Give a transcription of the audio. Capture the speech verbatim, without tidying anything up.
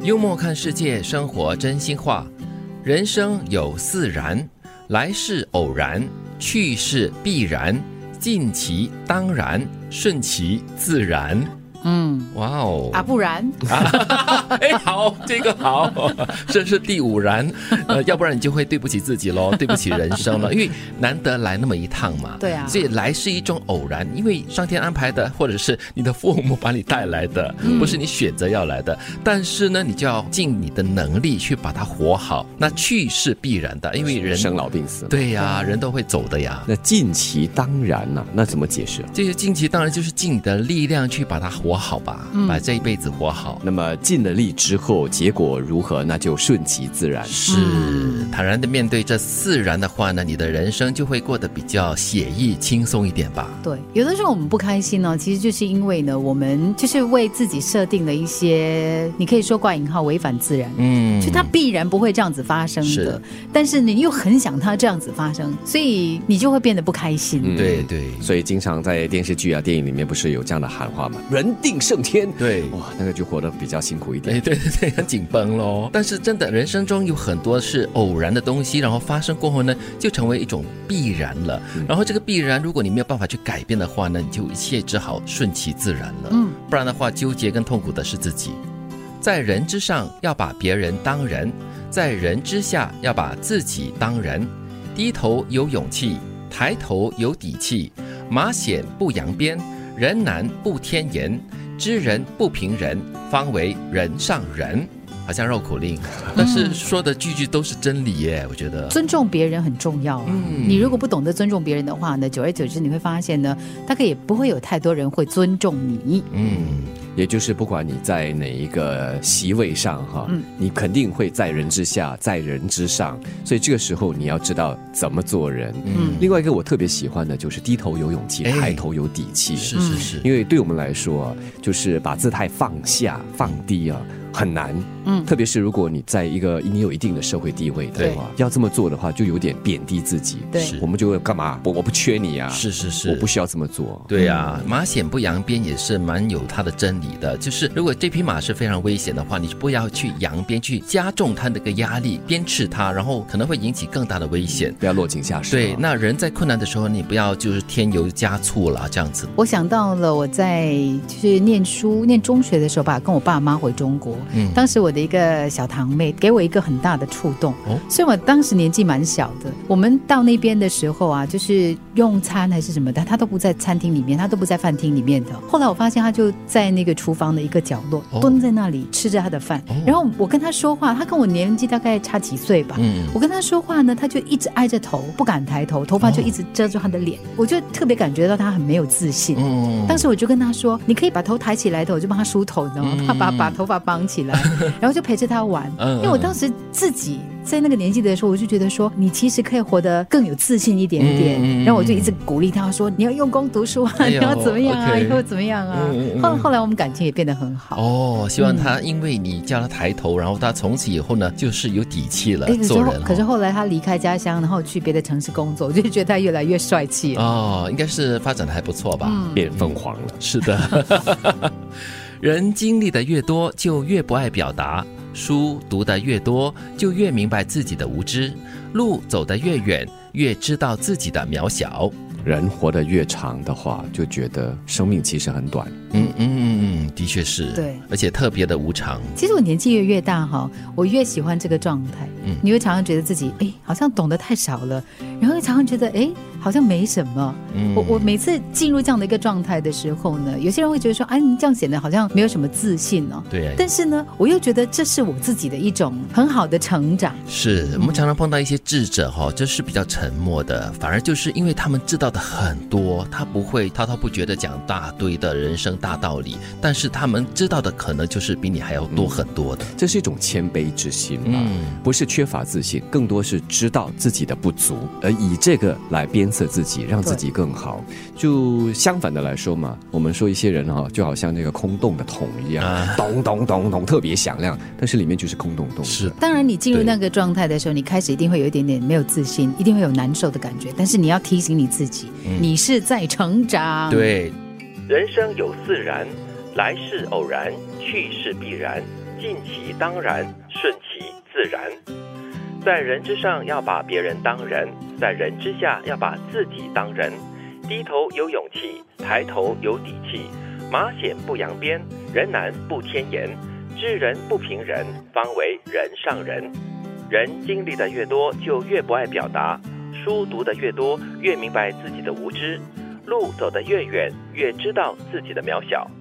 幽默看世界，生活真心话。人生有四然，来是偶然，去是必然，尽其当然，顺其自然。 嗯， 哇哦啊，不然哎，好，这个好，这是第五然，呃，要不然你就会对不起自己咯，对不起人生了，因为难得来那么一趟嘛。 对啊， 所以来是一种偶然，因为上天安排的，或者是你的父母把你带来的， 嗯、 不是你选择要来的。但是呢，你就要尽你的能力去把它活好。那去是必然的，因为人生老病死， 对呀、啊，人都会走的呀。 那尽其当然呐、啊，那怎么解释？ 这些尽其当然就是尽你的力量去把它活好吧，嗯、把这一辈子活好。 那么尽了力之后，结果如何？那就顺其自然。 是，坦然的面对这自然的话呢，你的人生就会过得比较写意、轻松一点吧。 对，有的时候我们不开心呢，其实就是因为呢，我们就是为自己设定了一些，你可以说挂引号违反自然，嗯，就它必然不会这样子发生的，但是你又很想它这样子发生，所以你就会变得不开心。 嗯、对对， 所以经常在电视剧啊、电影里面不是有这样的喊话吗？人定胜天。 对， 哇，那个就活得比较辛苦一点。 哎，对对对，很紧绷咯。但是真的，人生中有很多是偶然的东西，然后发生过后呢，就成为一种必然了。嗯、然后这个必然，如果你没有办法去改变的话呢，你就一切只好顺其自然了。嗯，不然的话，纠结跟痛苦的是自己。在人之上，要把别人当人；在人之下，要把自己当人。低头有勇气，抬头有底气。马险不扬鞭，人难不添言。知人不评人，方为人上人。好像绕口令，但是说的句句都是真理耶。我觉得尊重别人很重要啊。嗯、你如果不懂得尊重别人的话呢，久而久之你会发现呢，大概也不会有太多人会尊重你。 嗯，也就是不管你在哪一个席位上哈，嗯、你肯定会在人之下，在人之上。所以这个时候你要知道怎么做人。嗯，另外一个我特别喜欢的就是低头有勇气，哎、抬头有底气。 是是是， 因为对我们来说啊，就是把姿态放下、放低啊。很难，嗯，特别是如果你在一个你有一定的社会地位的话，要这么做的话，就有点贬低自己。 对， 我们就会干嘛？我我不缺你啊， 是是是， 我不需要这么做。 对啊，嗯、马险不扬鞭也是蛮有它的真理的。就是如果这匹马是非常危险的话，你不要去扬鞭，去加重它那个压力，鞭笞它，然后可能会引起更大的危险， 不要落井下石。 对，那人在困难的时候，你不要就是添油加醋了，这样子。 我想到了我在就是念书念中学的时候吧，跟我爸妈回中国。嗯，当时我的一个小堂妹给我一个很大的触动，哦，所以我当时年纪蛮小的。我们到那边的时候啊，就是用餐还是什么的，他都不在餐厅里面，他都不在饭厅里面的。后来我发现他就在那个厨房的一个角落，哦，蹲在那里吃着他的饭，哦，然后我跟他说话，他跟我年纪大概差几岁吧，嗯，我跟他说话呢，他就一直挨着头，不敢抬头，头发就一直遮住他的脸，哦，我就特别感觉到他很没有自信。嗯，当时我就跟他说，你可以把头抬起来的，我就帮他梳头，你知道吗？他把把头发绑起来。然后就陪着他玩，因为我当时自己在那个年纪的时候，我就觉得说你其实可以活得更有自信一点点，嗯，然后我就一直鼓励他说你要用功读书啊，哎，你要怎么样啊， okay， 以后怎么样啊，嗯，后后来我们感情也变得很好。 哦，希望他因为你叫他抬头，然后他从此以后呢就是有底气了，做人。 可是后来他离开家乡，然后去别的城市工作，我就觉得他越来越帅气了。 哦，应该是发展的还不错吧， 嗯，变凤凰了。 是的。人经历的越多，就越不爱表达；书读得越多，就越明白自己的无知；路走得越远，越知道自己的渺小。 人活得越长的话，就觉得生命其实很短。 嗯嗯嗯嗯，的确是， 对， 而且特别的无常。 其实我年纪越越大哈，我越喜欢这个状态。嗯，你会常常觉得自己哎，好像懂得太少了，然后又常常觉得哎，好像没什么。嗯，我我每次进入这样的一个状态的时候呢，有些人会觉得说，哎，你这样显得好像没有什么自信哦。 对。 但是呢，我又觉得这是我自己的一种很好的成长。 是我们常常碰到一些智者哈，就是比较沉默的，反而就是因为他们知道的很多，他不会滔滔不绝的讲大堆的人生大道理，但是他们知道的可能就是比你还要多很多的。 嗯，这是一种谦卑之心吧，嗯，不是缺乏自信，更多是知道自己的不足，而以这个来鞭策自己，让自己更好。就相反的来说嘛，我们说一些人哈，就好像那个空洞的桶一样，啊，咚咚咚咚，特别响亮，但是里面就是空洞洞。 是， 当然你进入那个状态的时候，你开始一定会有一点点没有自信，一定会有难受的感觉，但是你要提醒你自己，嗯，你是在成长。 对，人生有四然，来是偶然，去是必然， 尽其当然，顺其自然。在人之上要把别人当人，在人之下要把自己当人。低头有勇气，抬头有底气。马险不扬鞭，人难不添言。知人不评人，方为人上人。人经历的越多，就越不爱表达；书读的越多，越明白自己的无知；路走得越远，越知道自己的渺小。